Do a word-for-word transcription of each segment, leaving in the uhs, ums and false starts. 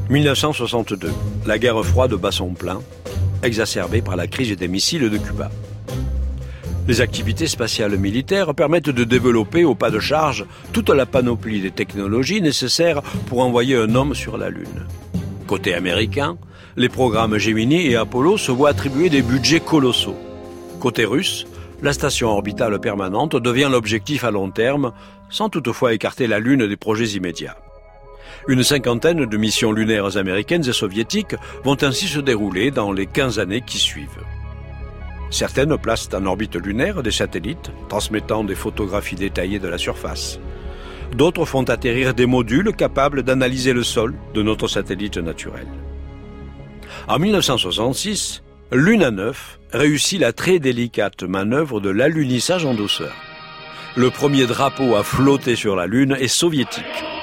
mille neuf cent soixante-deux, la guerre froide bat son plein, exacerbée par la crise des missiles de Cuba. Les activités spatiales militaires permettent de développer au pas de charge toute la panoplie des technologies nécessaires pour envoyer un homme sur la Lune. Côté américain, les programmes Gemini et Apollo se voient attribuer des budgets colossaux. Côté russe, la station orbitale permanente devient l'objectif à long terme, sans toutefois écarter la Lune des projets immédiats. Une cinquantaine de missions lunaires américaines et soviétiques vont ainsi se dérouler dans les quinze années qui suivent. Certaines placent en orbite lunaire des satellites, transmettant des photographies détaillées de la surface. D'autres font atterrir des modules capables d'analyser le sol de notre satellite naturel. En mille neuf cent soixante-six, Luna neuf réussit la très délicate manœuvre de l'alunissage en douceur. Le premier drapeau à flotter sur la Lune est soviétique.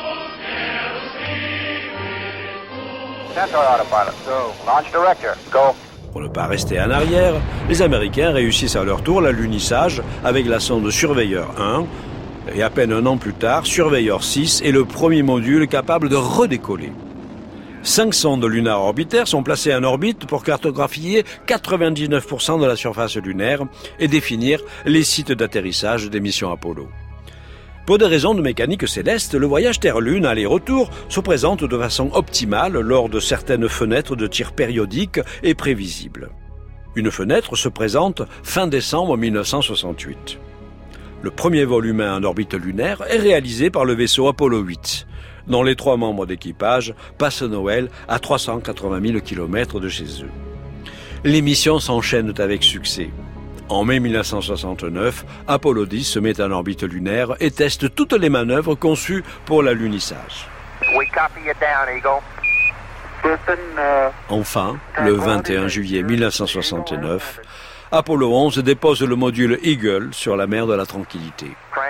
Pour ne pas rester en arrière, les Américains réussissent à leur tour l'alunissage avec la sonde Surveyor un, et à peine un an plus tard, Surveyor six est le premier module capable de redécoller. Cinq sondes lunaires orbitaires sont placées en orbite pour cartographier quatre-vingt-dix-neuf pour cent de la surface lunaire et définir les sites d'atterrissage des missions Apollo. Pour des raisons de mécanique céleste, le voyage Terre-Lune aller-retour se présente de façon optimale lors de certaines fenêtres de tir périodiques et prévisibles. Une fenêtre se présente fin décembre mille neuf cent soixante-huit. Le premier vol humain en orbite lunaire est réalisé par le vaisseau Apollo huit, dont les trois membres d'équipage passent Noël à trois cent quatre-vingt mille kilomètres de chez eux. Les missions s'enchaînent avec succès. En mai mille neuf cent soixante-neuf, Apollo dix se met en orbite lunaire et teste toutes les manœuvres conçues pour l'alunissage. Enfin, le vingt et un juillet mille neuf cent soixante-neuf, Apollo onze dépose le module Eagle sur la mer de la Tranquillité.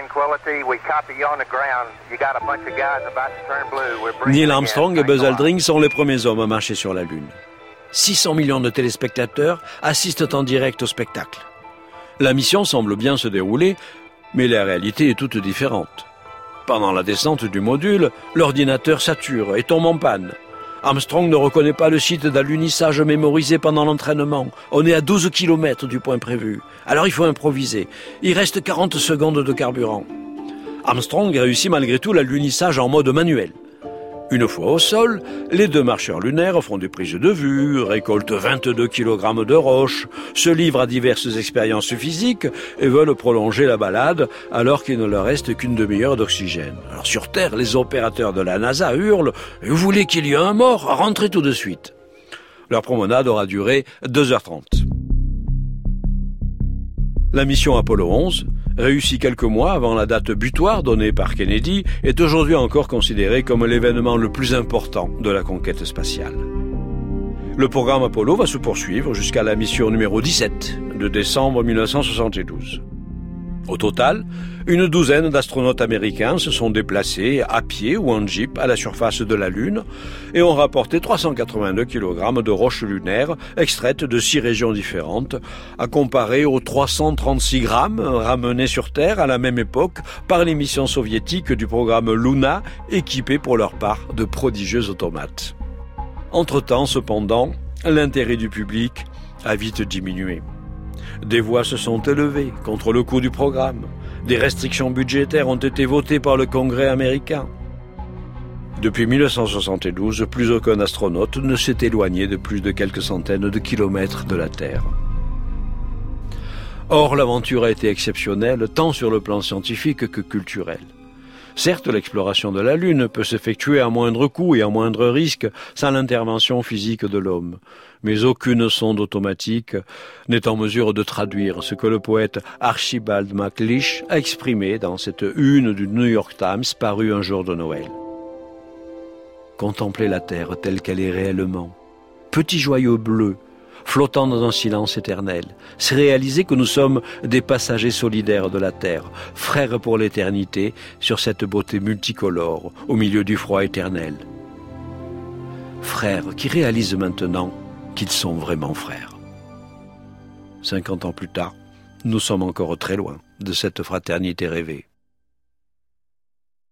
Neil Armstrong et Buzz Aldrin sont les premiers hommes à marcher sur la Lune. six cents millions de téléspectateurs assistent en direct au spectacle. La mission semble bien se dérouler, mais la réalité est toute différente. Pendant la descente du module, l'ordinateur sature et tombe en panne. Armstrong ne reconnaît pas le site d'alunissage mémorisé pendant l'entraînement. On est à douze kilomètres du point prévu. Alors il faut improviser. Il reste quarante secondes de carburant. Armstrong réussit malgré tout l'alunissage en mode manuel. Une fois au sol, les deux marcheurs lunaires font des prises de vue, récoltent vingt-deux kilogrammes de roches, se livrent à diverses expériences physiques et veulent prolonger la balade alors qu'il ne leur reste qu'une demi-heure d'oxygène. Alors sur Terre, les opérateurs de la NASA hurlent « Vous voulez qu'il y ait un mort ? Rentrez tout de suite !» Leur promenade aura duré deux heures trente. La mission Apollo onze, réussie quelques mois avant la date butoir donnée par Kennedy, est aujourd'hui encore considérée comme l'événement le plus important de la conquête spatiale. Le programme Apollo va se poursuivre jusqu'à la mission numéro dix-sept de décembre mille neuf cent soixante-douze. Au total, une douzaine d'astronautes américains se sont déplacés à pied ou en jeep à la surface de la Lune et ont rapporté trois cent quatre-vingt-deux kilogrammes de roches lunaires extraites de six régions différentes, à comparer aux trois cent trente-six grammes ramenés sur Terre à la même époque par les missions soviétiques du programme Luna, équipées pour leur part de prodigieux automates. Entre-temps, cependant, l'intérêt du public a vite diminué. Des voix se sont élevées contre le coût du programme. Des restrictions budgétaires ont été votées par le Congrès américain. Depuis mille neuf cent soixante-douze, plus aucun astronaute ne s'est éloigné de plus de quelques centaines de kilomètres de la Terre. Or, l'aventure a été exceptionnelle tant sur le plan scientifique que culturel. Certes, l'exploration de la Lune peut s'effectuer à moindre coût et à moindre risque sans l'intervention physique de l'homme. Mais aucune sonde automatique n'est en mesure de traduire ce que le poète Archibald MacLeish a exprimé dans cette une du New York Times parue un jour de Noël. Contempler la Terre telle qu'elle est réellement, petit joyau bleu, flottant dans un silence éternel, c'est réaliser que nous sommes des passagers solidaires de la Terre, frères pour l'éternité sur cette beauté multicolore au milieu du froid éternel. Frères qui réalisent maintenant qu'ils sont vraiment frères. Cinquante ans plus tard, nous sommes encore très loin de cette fraternité rêvée.